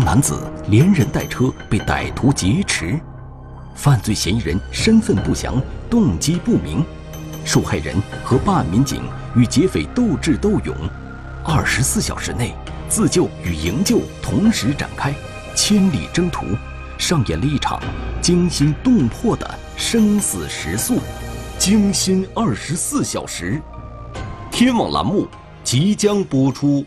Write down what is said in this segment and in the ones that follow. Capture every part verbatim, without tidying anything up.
男子连人带车被歹徒劫持，犯罪嫌疑人身份不详，动机不明，受害人和办案民警与劫匪斗智斗勇，二十四小时内自救与营救同时展开，千里征途，上演了一场惊心动魄的生死时速。惊心二十四小时，天网栏目即将播出。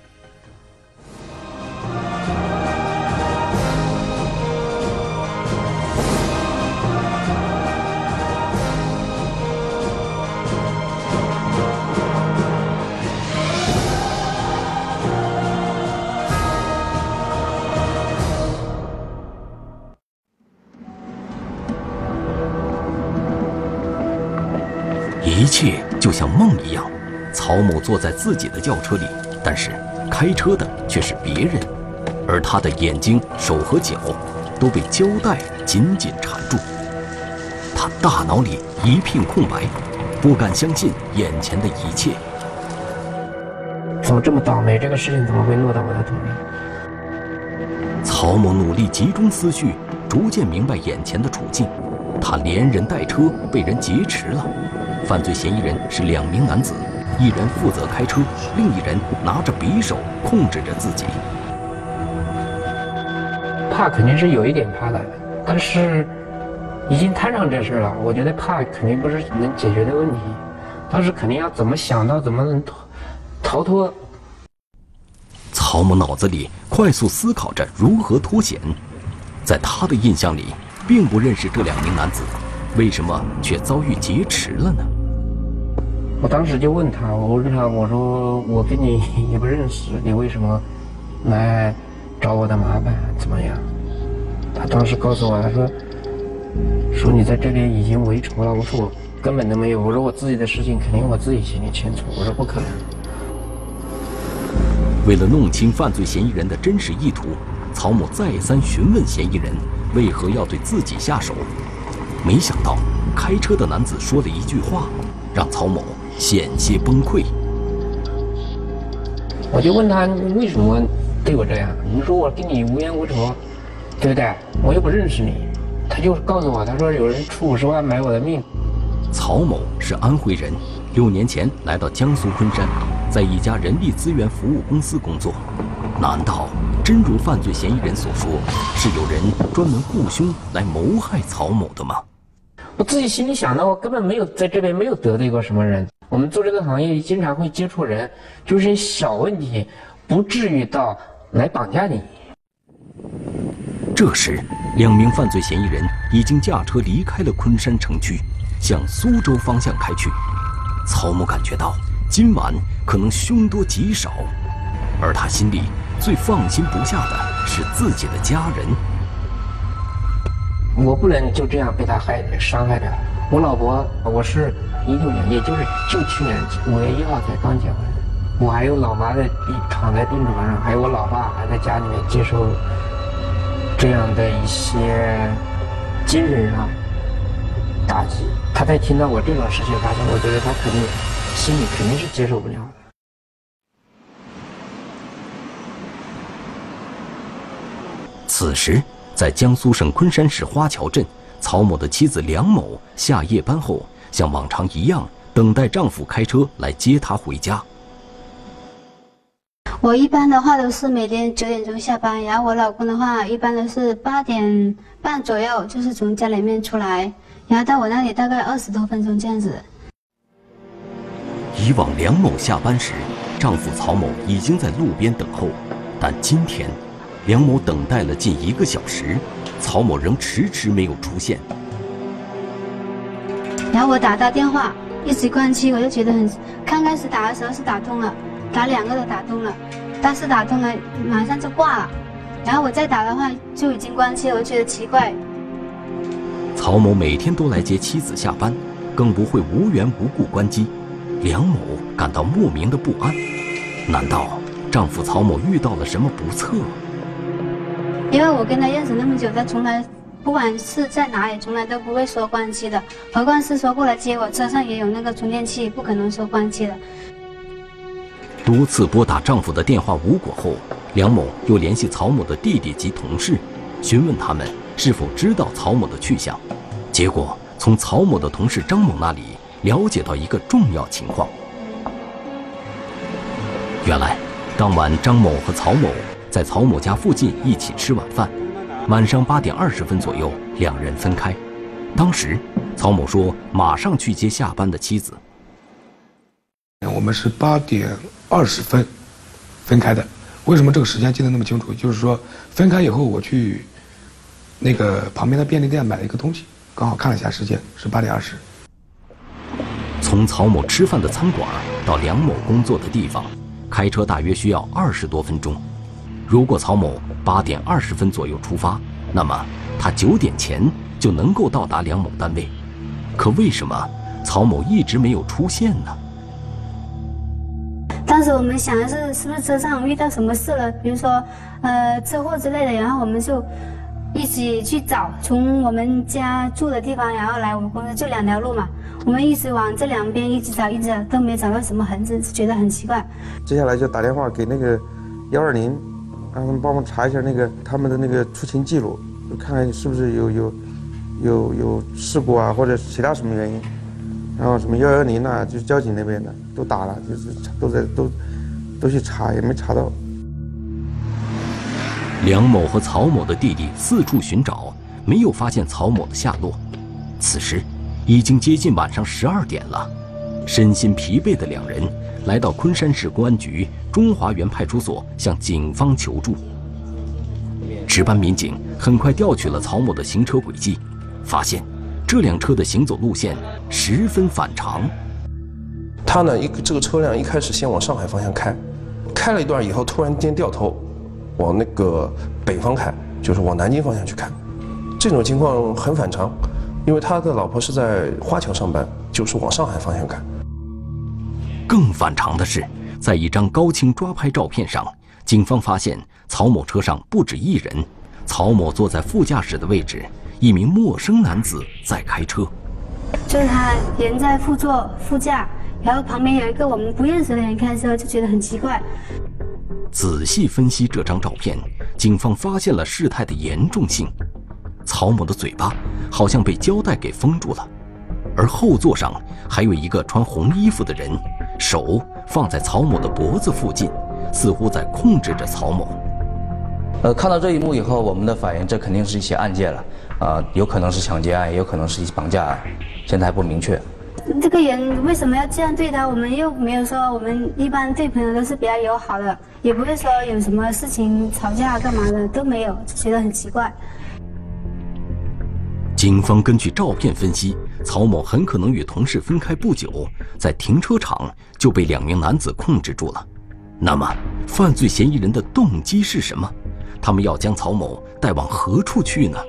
一切就像梦一样，曹某坐在自己的轿车里，但是开车的却是别人，而他的眼睛、手和脚都被胶带紧紧缠住。他大脑里一片空白，不敢相信眼前的一切。 怎么这么倒霉？这个事情怎么会落到我的头上？ 曹某努力集中思绪，逐渐明白眼前的处境。他连人带车被人劫持了。犯罪嫌疑人是两名男子，一人负责开车，另一人拿着匕首控制着自己。 怕肯定是有一点怕的，但是已经摊上这事了，我觉得怕肯定不是能解决的问题，当时肯定要怎么想到怎么能逃脱。 曹某脑子里快速思考着如何脱险，在他的印象里并不认识这两名男子，为什么却遭遇劫持了呢？ 我当时就问他，我问他，我说我跟你也不认识，你为什么来找我的麻烦？怎么样？他当时告诉我，他说说你在这边已经为仇了。我说我根本都没有，我说我自己的事情肯定我自己心里清楚，我说不可能。 为了弄清犯罪嫌疑人的真实意图，曹某再三询问嫌疑人为何要对自己下手。没想到开车的男子说了一句话，让曹某险些崩溃。 我就问他，你为什么对我这样？你说我跟你无冤无仇，对不对？我又不认识你。他就告诉我，他说有人出五十万买我的命。 曹某是安徽人，六年前来到江苏昆山，在一家人力资源服务公司工作。难道真如犯罪嫌疑人所说，是有人专门雇凶来谋害曹某的吗？ 我自己心里想的，我根本没有在这边没有得罪过什么人。我们做这个行业经常会接触人，就是小问题，不至于到来绑架你。 这时，两名犯罪嫌疑人已经驾车离开了昆山城区，向苏州方向开去。曹某感觉到今晚可能凶多吉少，而他心里最放心不下的是自己的家人。 我不能就这样被他害伤害掉。我老婆，我是一六年，也就是就去年五月一号才刚结婚。我还有老妈在躺在病床上，还有我老爸还在家里面接受这样的一些精神上打击。他在听到我这种事情发生，我觉得他肯定心里肯定是接受不了的。 此时，在江苏省昆山市花桥镇，曹某的妻子梁某下夜班后，像往常一样等待丈夫开车来接她回家。 我一般的话都是每天九点钟下班，然后我老公的话一般都是八点半左右，就是从家里面出来，然后到我那里大概二十多分钟这样子。 以往梁某下班时，丈夫曹某已经在路边等候，但今天梁某等待了近一个小时，曹某仍迟迟没有出现。 然后我打到电话，一直关机，我就觉得很，刚开始打的时候是打通了，打两个都打通了，但是打通了马上就挂了，然后我再打的话就已经关机了，我觉得奇怪。 曹某每天都来接妻子下班，更不会无缘无故关机。梁某感到莫名的不安，难道丈夫曹某遇到了什么不测？ 因为我跟他认识那么久，他从来不管是在哪里，从来都不会说关机的，何况是说过来接我，车上也有那个充电器，不可能说关机的。 多次拨打丈夫的电话无果后， 梁某又联系曹某的弟弟及同事，询问他们是否知道曹某的去向。结果从曹某的同事张某那里了解到一个重要情况：原来当晚张某和曹某在曹某家附近一起吃晚饭，晚上八点二十分左右，两人分开。当时曹某说马上去接下班的妻子。 我们是八点二十分分开的。为什么这个时间记得那么清楚？就是说分开以后，我去那个旁边的便利店买了一个东西，刚好看了一下时间，是八点二十。 从曹某吃饭的餐馆到梁某工作的地方，开车大约需要二十多分钟。如果曹某八点二十分左右出发，那么他九点前就能够到达梁某单位。可为什么曹某一直没有出现呢？ 当时我们想的是，是不是车上遇到什么事了，比如说，呃，车祸之类的，然后我们就一起去找，从我们家住的地方，然后来我们公司就两条路嘛，我们一直往这两边一直找，一直找都没找到什么痕迹，觉得很奇怪。 接下来就打电话给那个幺二零，让他们帮忙查一下那个他们的那个出勤记录，看看是不是有有有有事故啊，或者其他什么原因。然后什么幺幺零啊，就是交警那边的都打了，就是都在都都去查，也没查到。 梁某和曹某的弟弟四处寻找，没有发现曹某的下落。此时已经接近晚上十二点了，身心疲惫的两人来到昆山市公安局中华园派出所向警方求助。值班民警很快调取了曹某的行车轨迹，发现这辆车的行走路线十分反常。 他呢，一个这个车辆一开始先往上海方向开，开了一段以后，突然间掉头往那个北方开，就是往南京方向去开。这种情况很反常，因为他的老婆是在华侨上班，就是往上海方向开。 更反常的是，在一张高清抓拍照片上，警方发现曹某车上不止一人，曹某坐在副驾驶的位置，一名陌生男子在开车。 就是他人在副座副驾，然后旁边有一个我们不认识的人开车，就觉得很奇怪。 仔细分析这张照片，警方发现了事态的严重性。曹某的嘴巴好像被胶带给封住了，而后座上还有一个穿红衣服的人，手放在曹某的脖子附近，似乎在控制着曹某。 呃，看到这一幕以后，我们的反应，这肯定是一起案件了，啊、呃，有可能是抢劫案，也有可能是一起绑架案，现在还不明确。 这个人为什么要这样对他？我们又没有说，我们一般对朋友都是比较友好的，也不会说有什么事情吵架干嘛的都没有，就觉得很奇怪。 警方根据照片分析，曹某很可能与同事分开不久，在停车场就被两名男子控制住了。那么，犯罪嫌疑人的动机是什么？他们要将曹某带往何处去呢？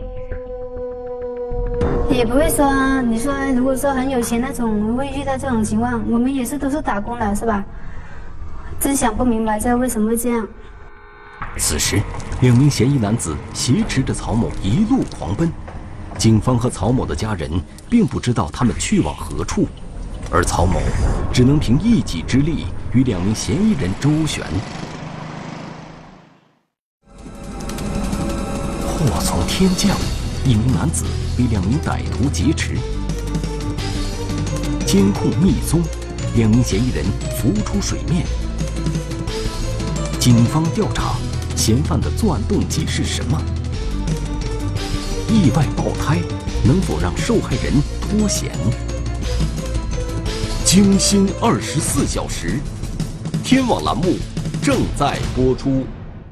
也不会说，你说如果说很有钱那种会遇到这种情况，我们也是都是打工的，是吧？真想不明白这为什么会这样。 此时，两名嫌疑男子挟持着曹某一路狂奔，警方和曹某的家人并不知道他们去往何处，而曹某只能凭一己之力与两名嫌疑人周旋。祸从天降，一名男子被两名歹徒劫持，监控密踪，两名嫌疑人浮出水面。警方调查嫌犯的作案动机是什么？意外爆胎能否让受害人脱险？惊心二十四小时，天网栏目正在播出。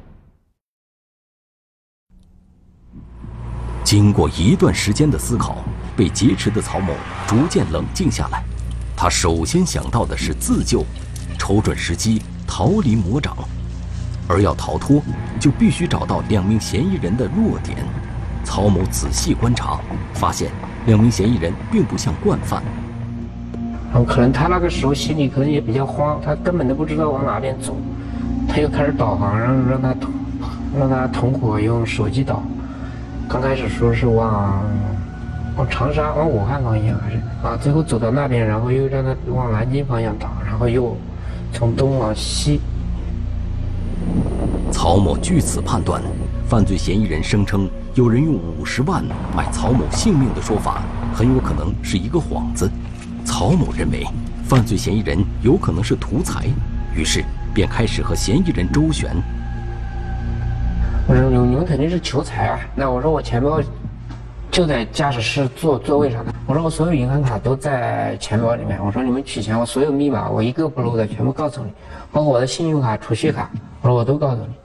经过一段时间的思考，被劫持的曹某逐渐冷静下来。他首先想到的是自救，瞅准时机逃离魔掌。而要逃脱，就必须找到两名嫌疑人的弱点。曹某仔细观察，发现两名嫌疑人并不像惯犯。 嗯，可能他那个时候心里可能也比较慌，他根本都不知道往哪边走，他又开始导航，让让他同让他同伙用手机导。刚开始说是往往长沙、往武汉方向还是啊，最后走到那边，然后又让他往南京方向导，然后又从东往西。 曹某据此判断，犯罪嫌疑人声称有人用五十万买曹某性命的说法，很有可能是一个幌子。曹某认为，犯罪嫌疑人有可能是图财，于是便开始和嫌疑人周旋。 我说你们肯定是求财啊！那我说我钱包就在驾驶室座座位上的，我说我所有银行卡都在钱包里面。我说你们取钱，我所有密码我一个不漏的全部告诉你，包括我的信用卡、储蓄卡，我说我都告诉你。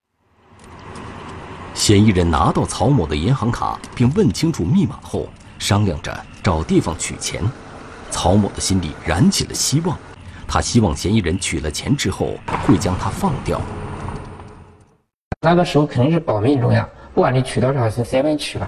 嫌疑人拿到曹某的银行卡，并问清楚密码后，商量着找地方取钱。曹某的心里燃起了希望，他希望嫌疑人取了钱之后会将他放掉。 那个时候肯定是保命重要，不管你取多少钱，随便取吧。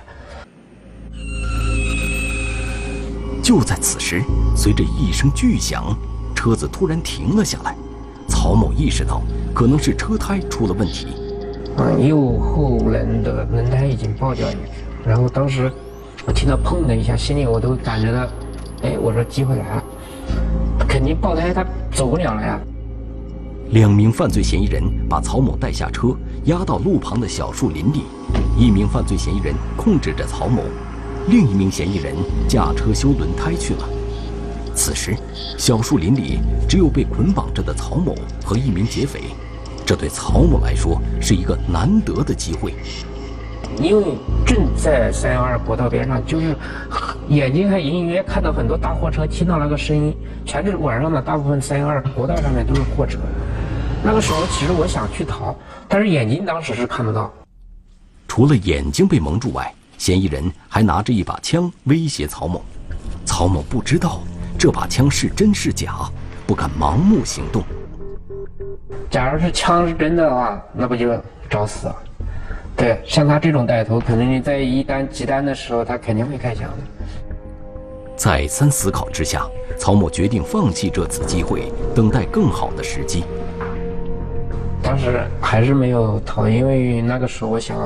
就在此时，随着一声巨响，车子突然停了下来。曹某意识到可能是车胎出了问题。 嗯，右后轮的轮胎已经爆掉进去，然后当时我听到砰的一下，心里我都感觉到，哎，我说机会来了，肯定爆胎，他走不了了呀。 两名犯罪嫌疑人把曹某带下车，押到路旁的小树林里。一名犯罪嫌疑人控制着曹某，另一名嫌疑人驾车修轮胎去了。此时，小树林里只有被捆绑着的曹某和一名劫匪。这对曹某来说是一个难得的机会， 因为正在三幺二国道边上，就是眼睛还隐隐约看到很多大货车，听到那个声音，全是晚上的，大部分三幺二国道上面都是货车。那个时候其实我想去逃，但是眼睛当时是看不到。 除了眼睛被蒙住外，嫌疑人还拿着一把枪威胁曹某。曹某不知道这把枪是真是假，不敢盲目行动。 假如是枪是真的的话，那不就找死了？对，像他这种歹徒，肯定在一单急单的时候，他肯定会开枪的。 再三思考之下，曹某决定放弃这次机会，等待更好的时机。 当时还是没有逃，因为那个时候我想，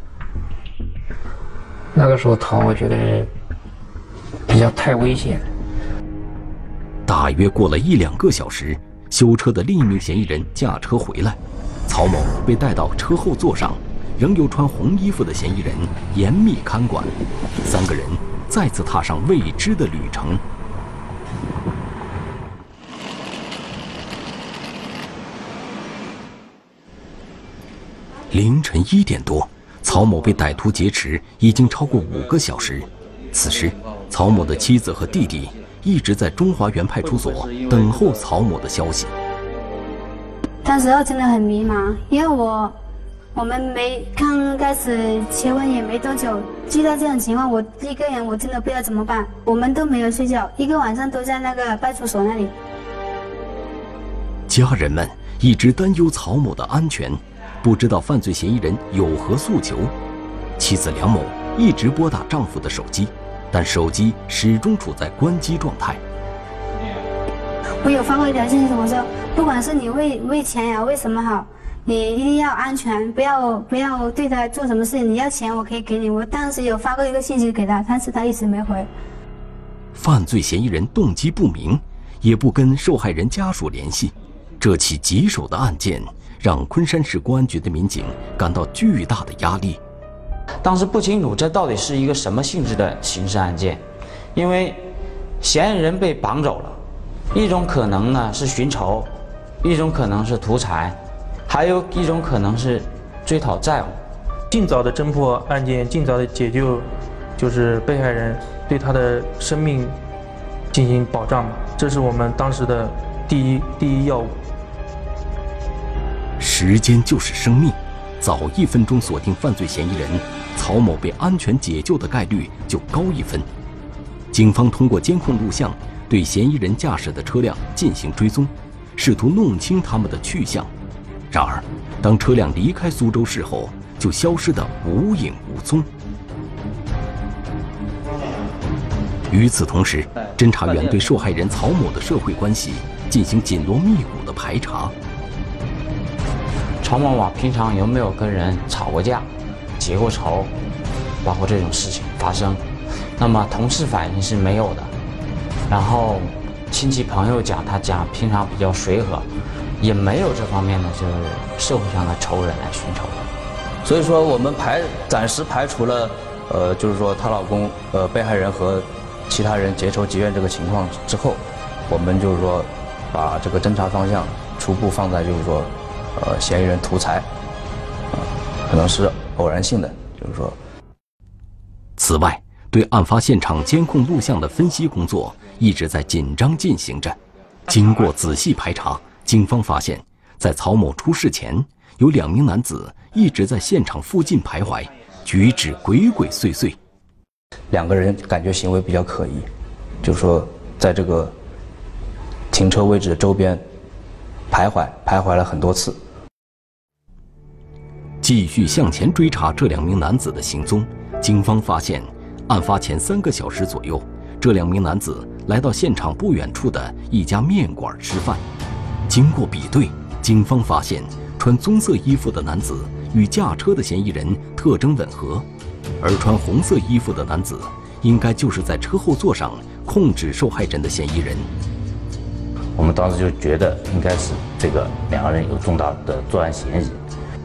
那个时候逃，我觉得比较太危险。 大约过了一两个小时，修车的另一名嫌疑人驾车回来，曹某被带到车后座上，仍有穿红衣服的嫌疑人严密看管，三个人再次踏上未知的旅程。凌晨一点多，曹某被歹徒劫持已经超过五个小时。此时，曹某的妻子和弟弟一直在中华园派出所等候曹某的消息。 当时我真的很迷茫，因为我我们没刚开始结婚也没多久，遇到这种情况，我一个人我真的不知道怎么办。我们都没有睡觉，一个晚上都在那个派出所那里。 家人们一直担忧曹某的安全，不知道犯罪嫌疑人有何诉求。妻子梁某一直拨打丈夫的手机，但手机始终处在关机状态。 我有发过一条信息，我说不管是你为为钱呀，为什么好，你一定要安全，不要不要对他做什么事情。你要钱我可以给你，我当时有发过一个信息给他，但是他一直没回。 犯罪嫌疑人动机不明，也不跟受害人家属联系。这起棘手的案件让昆山市公安局的民警感到巨大的压力。 当时不清楚这到底是一个什么性质的刑事案件，因为嫌疑人被绑走了，一种可能呢是寻仇，一种可能是图财，还有一种可能是追讨债务。 尽早的侦破案件，尽早的解救，就是被害人对他的生命进行保障，这是我们当时的第一第一要务。 时间就是生命，早一分钟锁定犯罪嫌疑人，曹某被安全解救的概率就高一分。警方通过监控录像对嫌疑人驾驶的车辆进行追踪，试图弄清他们的去向。然而，当车辆离开苏州市后，就消失得无影无踪。与此同时，侦查员对受害人曹某的社会关系进行紧锣密鼓的排查。 曹某某平常有没有跟人吵过架、结过仇，包括这种事情发生？那么同事反映是没有的。然后亲戚朋友讲，他讲平常比较随和， 也没有这方面的就是社会上的仇人来寻仇的。 所以说，我们排暂时排除了，呃，就是说她老公呃被害人和其他人结仇结怨这个情况之后，我们就是说把这个侦查方向初步放在就是说，呃，嫌疑人图财，啊、呃，可能是偶然性的，就是说。 此外，对案发现场监控录像的分析工作一直在紧张进行着。经过仔细排查，警方发现，在曹某出事前，有两名男子一直在现场附近徘徊，举止鬼鬼祟祟。 两个人感觉行为比较可疑，就是说在这个停车位置的周边徘徊，徘徊了很多次。 继续向前追查这两名男子的行踪，警方发现，案发前三个小时左右，这两名男子来到现场不远处的一家面馆吃饭。经过比对，警方发现穿棕色衣服的男子与驾车的嫌疑人特征吻合，而穿红色衣服的男子应该就是在车后座上控制受害人的嫌疑人。 我们当时就觉得应该是这个两个人有重大的作案嫌疑。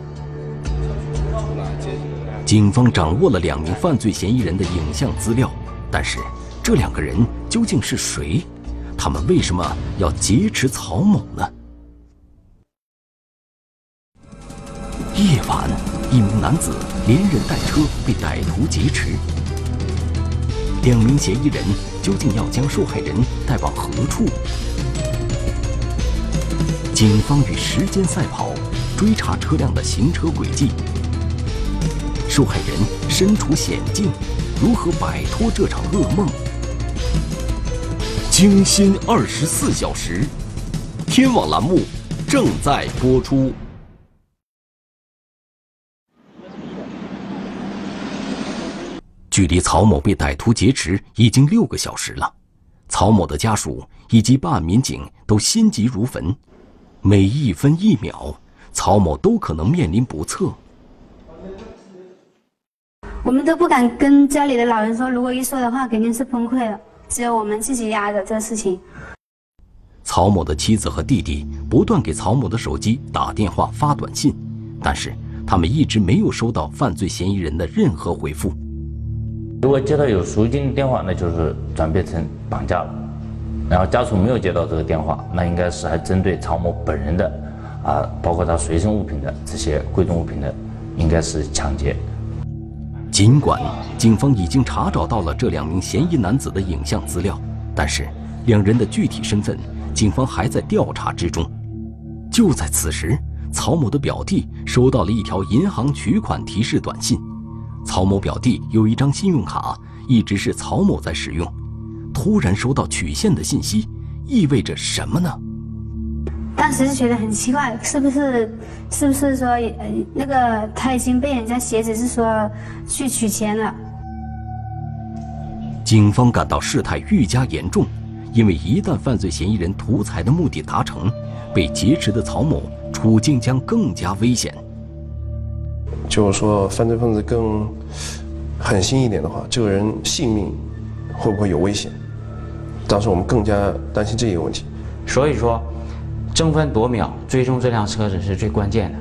警方掌握了两名犯罪嫌疑人的影像资料，但是这两个人究竟是谁？他们为什么要劫持曹某呢？夜晚，一名男子连人带车被歹徒劫持。两名嫌疑人究竟要将受害人带往何处？警方与时间赛跑，追查车辆的行车轨迹。受害人身处险境，如何摆脱这场噩梦？惊心二十四小时，天网栏目正在播出。距离曹某被歹徒劫持已经六个小时了，曹某的家属以及办案民警都心急如焚，每一分一秒，曹某都可能面临不测。 我们都不敢跟家里的老人说，如果一说的话，肯定是崩溃了。只有我们自己压着这事情。 曹某的妻子和弟弟不断给曹某的手机打电话、发短信，但是他们一直没有收到犯罪嫌疑人的任何回复。 如果接到有赎金电话，那就是转变成绑架了。然后家属没有接到这个电话，那应该是还针对曹某本人的，啊，包括他随身物品的这些贵重物品的，应该是抢劫。 尽管警方已经查找到了这两名嫌疑男子的影像资料，但是两人的具体身份，警方还在调查之中。就在此时，曹某的表弟收到了一条银行取款提示短信。曹某表弟有一张信用卡，一直是曹某在使用，突然收到取现的信息，意味着什么呢？ 当时就觉得很奇怪，是不是是不是说呃那个他已经被人家挟持，是说去取钱了？ 警方感到事态愈加严重，因为一旦犯罪嫌疑人图财的目的达成，被劫持的曹某处境将更加危险。 就是说，犯罪分子更狠心一点的话，这个人性命会不会有危险？当时我们更加担心这一个问题。 所以说，争分夺秒追踪这辆车子是最关键的。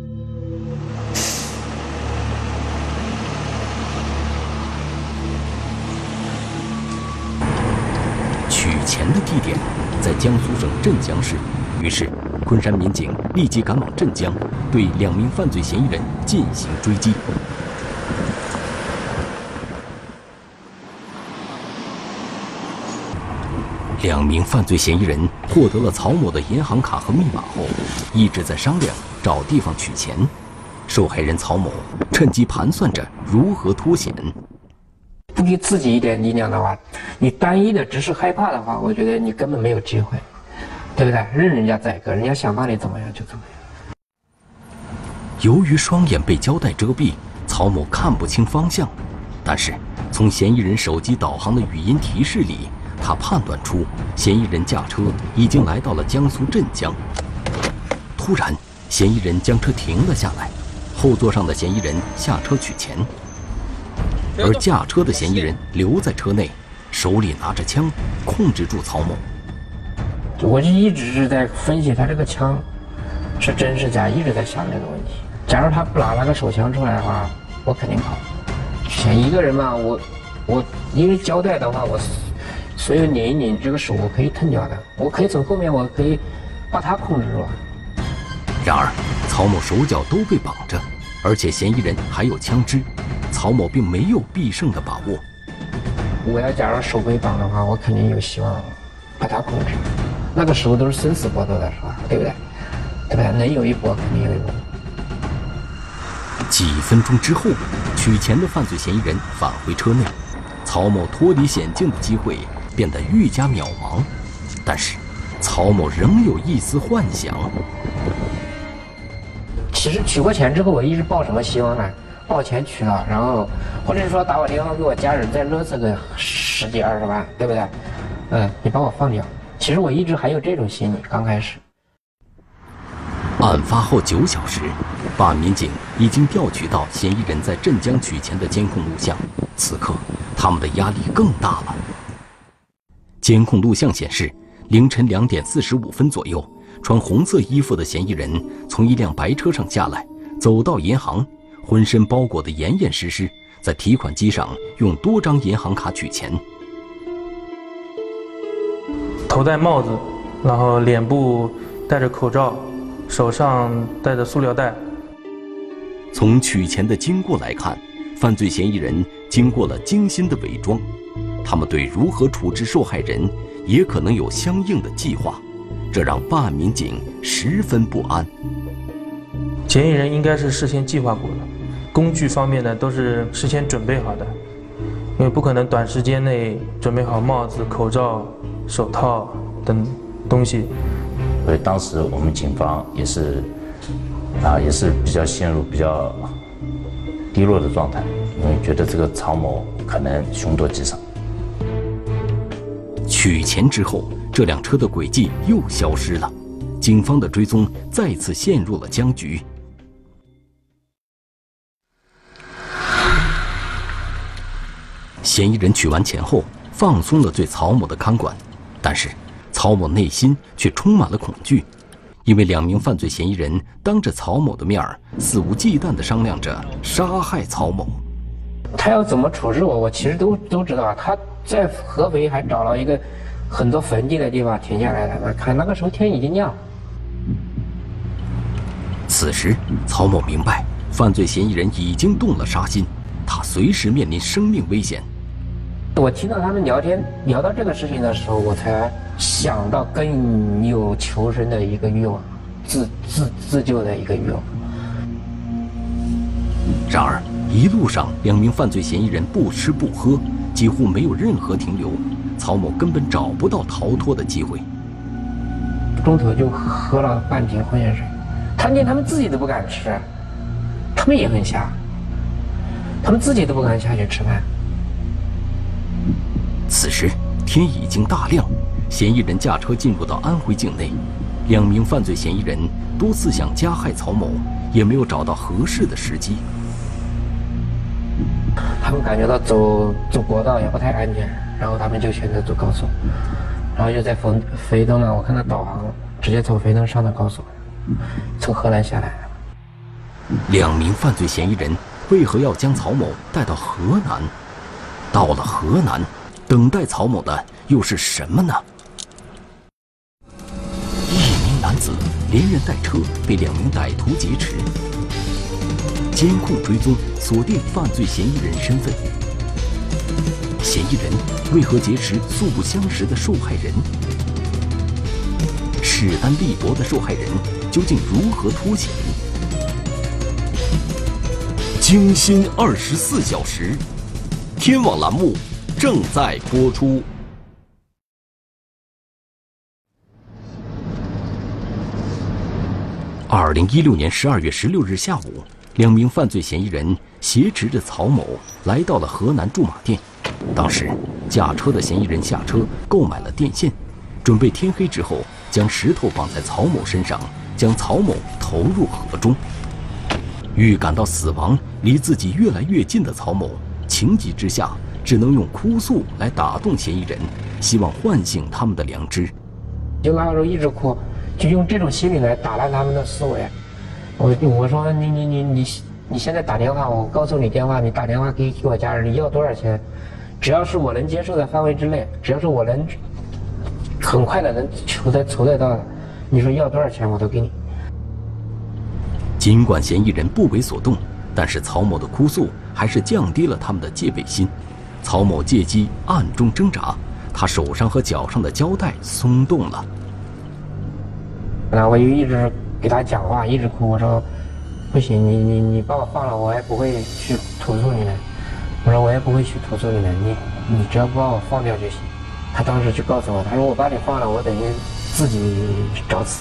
取钱的地点在江苏省镇江市，于是昆山民警立即赶往镇江，对两名犯罪嫌疑人进行追击。两名犯罪嫌疑人获得了曹某的银行卡和密码后，一直在商量找地方取钱。受害人曹某趁机盘算着如何脱险。 不给自己一点力量的话，你单一的只是害怕的话，我觉得你根本没有机会，对不对？任人家宰割，人家想把你怎么样就怎么样。 由于双眼被胶带遮蔽，曹某看不清方向，但是从嫌疑人手机导航的语音提示里，他判断出嫌疑人驾车已经来到了江苏镇江。突然，嫌疑人将车停了下来，后座上的嫌疑人下车取钱，而驾车的嫌疑人留在车内，手里拿着枪，控制住曹某。 我就一直是在分析他这个枪是真是假，一直在想这个问题。假如他不拿那个手枪出来的话，我肯定跑。选一个人嘛，我我因为胶带的话，我所有拧一拧这个手我可以腾掉的，我可以从后面我可以把他控制住。 然而，曹某手脚都被绑着，而且嫌疑人还有枪支，曹某并没有必胜的把握。 我要假如手被绑的话，我肯定有希望把他控制。那个时候都是生死搏斗的是吧？对不对？对不对？能有一搏肯定有一搏。 几分钟之后，取钱的犯罪嫌疑人返回车内，曹某脱离险境的机会变得愈加渺茫。但是，曹某仍有一丝幻想。 其实取过钱之后，我一直抱什么希望呢？抱钱取了，然后或者说打我电话给我家人再勒索个十几二十万，对不对？嗯，你把我放掉。其实我一直还有这种心理，刚开始。 案发后九小时，办案民警已经调取到嫌疑人在镇江取钱的监控录像。此刻，他们的压力更大了。监控录像显示，凌晨两点四十五分左右，穿红色衣服的嫌疑人从一辆白车上下来，走到银行，浑身包裹得严严实实，在提款机上用多张银行卡取钱。 头戴帽子，然后脸部戴着口罩，手上戴着塑料袋。 从取钱的经过来看，犯罪嫌疑人经过了精心的伪装，他们对如何处置受害人也可能有相应的计划，这让办案民警十分不安。 嫌疑人应该是事先计划过的，工具方面呢都是事先准备好的，因为不可能短时间内准备好帽子、口罩、手套等东西。 所以当时我们警方也是啊，也是比较陷入比较低落的状态，因为觉得这个曹某可能凶多吉少。 取钱之后，这辆车的轨迹又消失了，警方的追踪再次陷入了僵局。嫌疑人取完钱后，放松了对曹某的看管，但是曹某内心却充满了恐惧，因为两名犯罪嫌疑人当着曹某的面儿，肆无忌惮地商量着杀害曹某。 他要怎么处置我，我其实都都知道。他在合肥还找了一个很多坟地的地方停下来了，看那个时候天已经亮。 此时，曹某明白犯罪嫌疑人已经动了杀心，他随时面临生命危险。 我听到他们聊天聊到这个事情的时候，我才想到更有求生的一个欲望，自自自救的一个欲望。 然而，一路上两名犯罪嫌疑人不吃不喝，几乎没有任何停留，曹某根本找不到逃脱的机会。 中途就喝了半瓶矿泉水，他连他们自己都不敢吃，他们也很瞎，他们自己都不敢下去吃饭。 此时天已经大亮，嫌疑人驾车进入到安徽境内，两名犯罪嫌疑人多次想加害曹某，也没有找到合适的时机。 他们感觉到走走国道也不太安全，然后他们就选择走高速，然后就在肥肥东呢，我看到导航直接从肥东上的高速，从河南下来。 两名犯罪嫌疑人为何要将曹某带到河南？到了河南，等待曹某的又是什么呢？一名男子连人带车被两名歹徒劫持，监控追踪锁定犯罪嫌疑人身份。嫌疑人为何劫持素不相识的受害人？势单力薄的受害人究竟如何脱险？惊心二十四小时，天网栏目正在播出。二零一六年十二月十六日下午，两名犯罪嫌疑人挟持着曹某来到了河南驻马店。当时，驾车的嫌疑人下车购买了电线，准备天黑之后将石头绑在曹某身上，将曹某投入河中。预感到死亡离自己越来越近的曹某，情急之下只能用哭诉来打动嫌疑人，希望唤醒他们的良知。 就那时候一直哭， 就用这种心理来打烂他们的思维。我我说你你你你你现在打电话，我告诉你电话，你打电话给给我家人，你要多少钱？只要是我能接受的范围之内，只要是我能很快的能筹得筹得到的，你说要多少钱我都给你。 尽管嫌疑人不为所动，但是曹某的哭诉还是降低了他们的戒备心。曹某借机暗中挣扎，他手上和脚上的胶带松动了。 那我就一直给他讲话，一直哭。我说不行，你你你把我放了，我也不会去投诉你们。我说我也不会去投诉你们，你你只要不把我放掉就行。他当时就告诉我，他说我把你放了，我等于自己找死。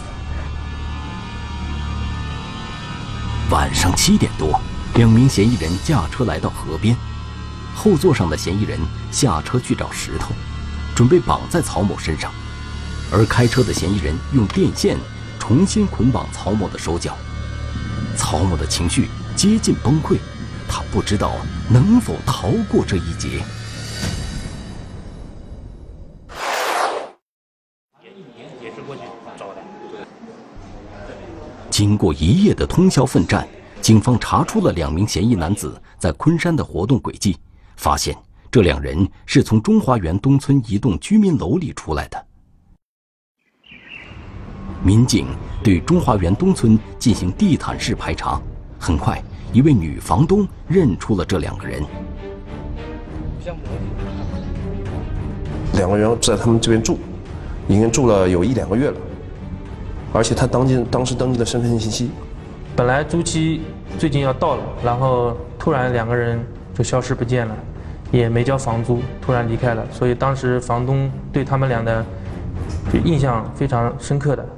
晚上七点多，两名嫌疑人驾车来到河边，后座上的嫌疑人下车去找石头，准备绑在曹某身上，而开车的嫌疑人用电线重新捆绑曹某的手脚。曹某的情绪接近崩溃，他不知道能否逃过这一劫。经过一夜的通宵奋战，警方查出了两名嫌疑男子在昆山的活动轨迹，发现这两人是从中华园东村一栋居民楼里出来的。民警对中华园东村进行地毯式排查，很快一位女房东认出了这两个人。 两个人在他们这边住，已经住了有一两个月了，而且他当记当时登记的身份信息， 本来租期最近要到了，然后突然两个人就消失不见了，也没交房租，突然离开了，所以当时房东对他们俩的就印象非常深刻的。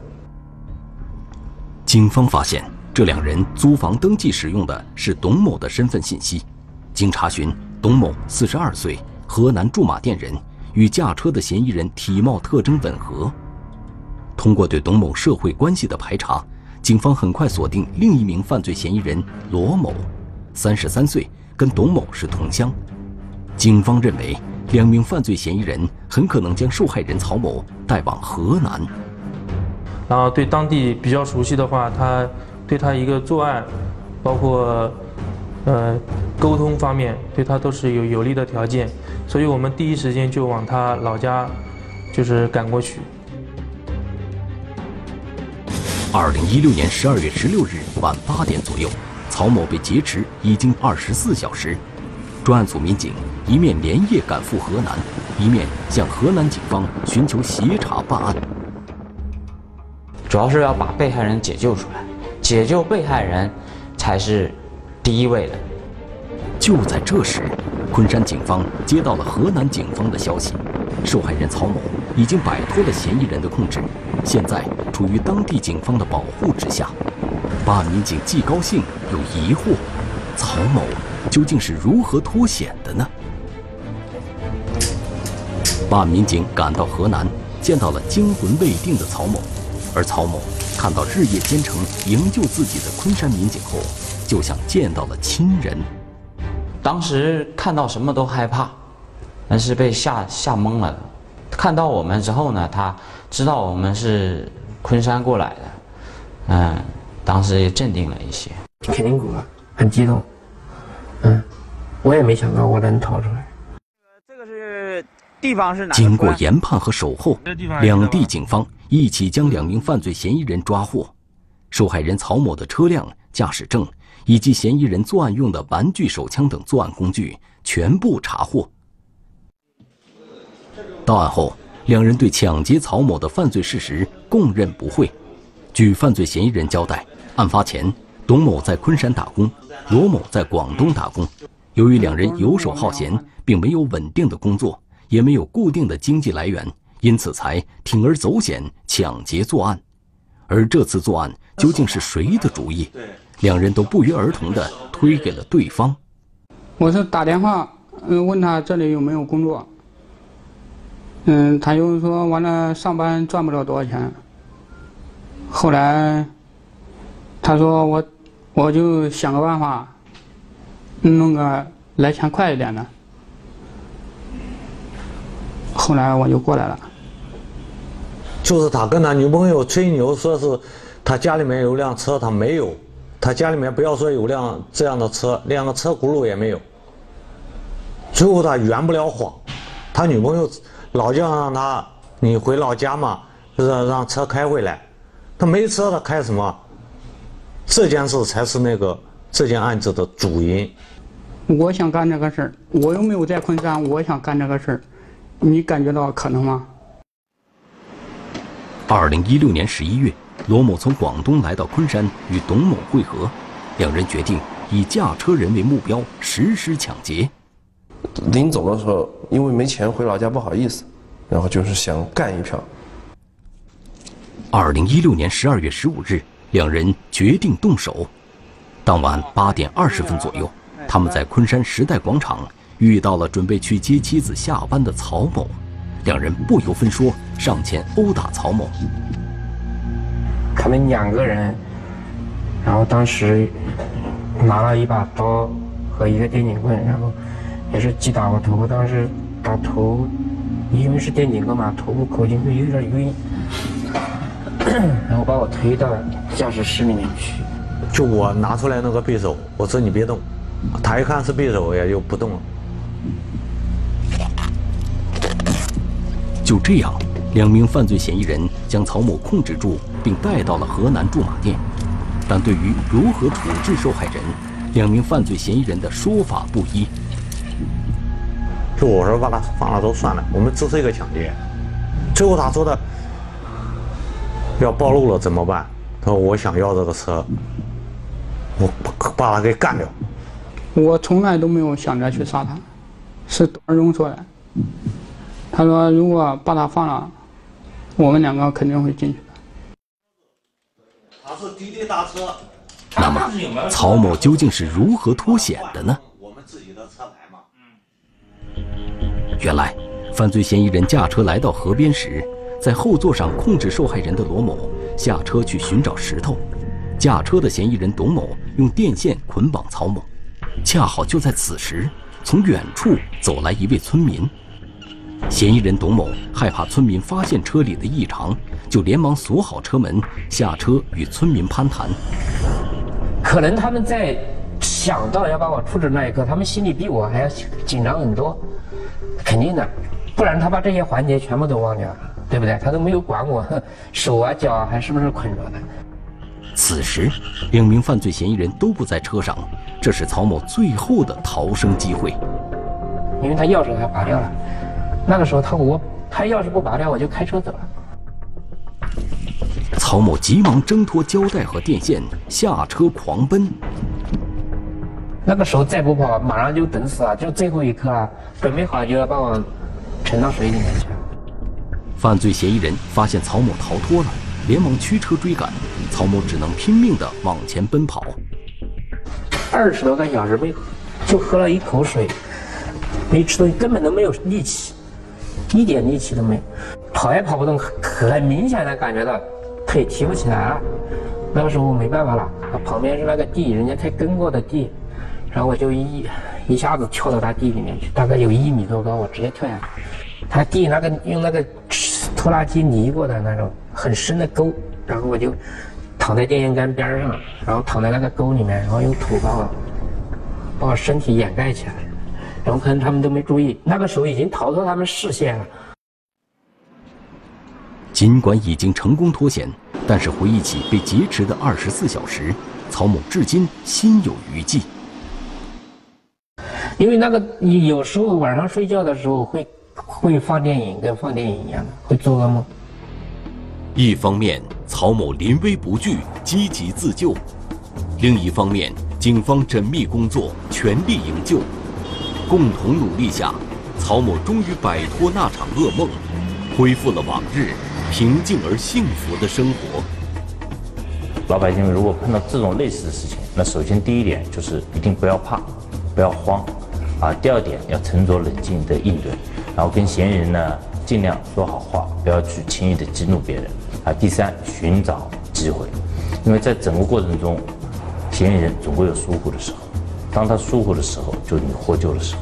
警方发现这两人租房登记使用的是董某的身份信息，经查询，董某四十二岁，河南驻马店人，与驾车的嫌疑人体貌特征吻合。通过对董某社会关系的排查，警方很快锁定另一名犯罪嫌疑人罗某，三十三岁，跟董某是同乡。警方认为，两名犯罪嫌疑人很可能将受害人曹某带往河南。 然后对当地比较熟悉的话，他对他一个作案，包括呃沟通方面，对他都是有有利的条件，所以我们第一时间就往他老家就是赶过去。 二零一六年十二月十六日晚八点左右，曹某被劫持已经二十四小时。专案组民警一面连夜赶赴河南，一面向河南警方寻求协查办案。 主要是要把被害人解救出来，解救被害人才是第一位的。 就在这时，昆山警方接到了河南警方的消息，受害人曹某已经摆脱了嫌疑人的控制，现在处于当地警方的保护之下。办案民警既高兴又疑惑，曹某究竟是如何脱险的呢？办案民警赶到河南，见到了惊魂未定的曹某，而曹某看到日夜兼程营救自己的昆山民警后，就像见到了亲人。 当时看到什么都害怕，但是被吓吓懵了。看到我们之后呢，他知道我们是昆山过来的，嗯，当时也镇定了一些。 肯定哭了，很激动。嗯，我也没想到我能逃出来。 这个是地方是哪？ 经过研判和守候，两地警方一起将两名犯罪嫌疑人抓获，受害人曹某的车辆、驾驶证以及嫌疑人作案用的玩具手枪等作案工具全部查获。到案后，两人对抢劫曹某的犯罪事实供认不讳。据犯罪嫌疑人交代，案发前，董某在昆山打工，罗某在广东打工。由于两人游手好闲，并没有稳定的工作，也没有固定的经济来源，因此才铤而走险抢劫作案。而这次作案究竟是谁的主意？两人都不约而同地推给了对方。 我是打电话，嗯，问他这里有没有工作。嗯，他就说完了上班赚不了多少钱。后来他说我我就想个办法，弄个来钱快一点的。后来我就过来了。 就是他跟他女朋友吹牛，说是他家里面有辆车，他没有，他家里面不要说有辆这样的车，连个车轱辘也没有。最后他圆不了谎，他女朋友老叫让他你回老家嘛，就是让车开回来，他没车他开什么？这件事才是那个这件案子的主因。 我想干这个事儿，我又没有在昆山，我想干这个事儿，你感觉到可能吗？ 二零一六年十一月，罗某从广东来到昆山与董某会合，两人决定以驾车人为目标实施抢劫。 临走的时候，因为没钱回老家不好意思，然后就是想干一票。 二零一六年十二月十五日，两人决定动手。当晚八点二十分左右，他们在昆山时代广场遇到了准备去接妻子下班的曹某，两人不由分说上前殴打曹某。 他们两个人，然后当时拿了一把刀和一个电警棍，然后也是击打我头部，当时打头，因为是电警棍嘛，头部口径会有点晕，然后把我推到驾驶室里面去。 就我拿出来那个匕首，我说你别动，他一看是匕首，也就不动了。 就这样，两名犯罪嫌疑人将曹某控制住，并带到了河南驻马店。但对于如何处置受害人，两名犯罪嫌疑人的说法不一。 就我说把他放了都算了，我们只是一个抢劫。最后他说的要暴露了怎么办？他说我想要这个车，我把他给干掉。 我从来都没有想着去杀他，是董二忠说的。他说如果把他放了，我们两个肯定会进去的。 他是滴滴打车。 那么曹某究竟是如何脱险的呢？ 我们自己的车来嘛。 原来，犯罪嫌疑人驾车来到河边时，在后座上控制受害人的罗某下车去寻找石头，驾车的嫌疑人董某用电线捆绑曹某。恰好就在此时，从远处走来一位村民。嫌疑人董某害怕村民发现车里的异常，就连忙锁好车门，下车与村民攀谈。 可能他们在想到要把我处置那一刻，他们心里比我还要紧张很多，肯定的，不然他把这些环节全部都忘掉了，对不对？他都没有管我手啊脚啊还是不是捆着的。 此时，两名犯罪嫌疑人都不在车上，这是曹某最后的逃生机会。 因为他钥匙还拔掉了，那个时候他我他钥匙不拔掉，我就开车走了。 曹某急忙挣脱胶带和电线，下车狂奔。 那个时候再不跑，马上就等死了，就最后一刻了，准备好就要把我沉到水里面去。 犯罪嫌疑人发现曹某逃脱了，连忙驱车追赶，曹某只能拼命地往前奔跑。 二十多个小时没，就喝了一口水，没吃东西，根本都没有力气，一点力气都没有，跑也跑不动，很明显的感觉到腿提不起来了。那个时候我没办法了，旁边是那个地，人家开耕过的地，然后我就一一下子跳到他地里面去，大概有一米多高，我直接跳下去。他地那个用那个拖拉机泥过的那种很深的沟，然后我就躺在电线杆边上，然后躺在那个沟里面，然后用土把我把我身体掩盖起来，然后可能他们都没注意，那个时候已经逃脱他们视线了。 尽管已经成功脱险，但是回忆起被劫持的二十四小时，曹某至今心有余悸。 因为那个你有时候晚上睡觉的时候会会放电影，跟放电影一样的，会做噩梦。 一方面，曹某临危不惧，积极自救；另一方面，警方缜密工作，全力营救。共同努力下，曹某终于摆脱那场噩梦，恢复了往日平静而幸福的生活。 老百姓如果碰到这种类似的事情，那首先第一点就是一定不要怕，不要慌，啊，第二点要沉着冷静的应对，然后跟嫌疑人呢尽量说好话，不要去轻易的激怒别人，啊，第三寻找机会，因为在整个过程中，嫌疑人总会有疏忽的时候，当他疏忽的时候，就是你获救的时候。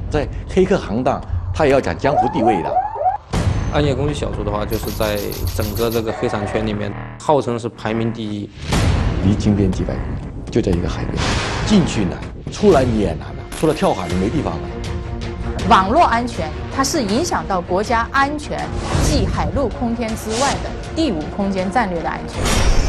在黑客行当，他也要讲江湖地位的。 暗夜攻击小组的话，就是在整个这个黑伞圈里面，号称是排名第一。 离金边几百公里，就在一个海边，进去难，出来你也难了，除了跳海你没地方了。 网络安全，它是影响到国家安全，继海陆空天之外的第五空间战略的安全。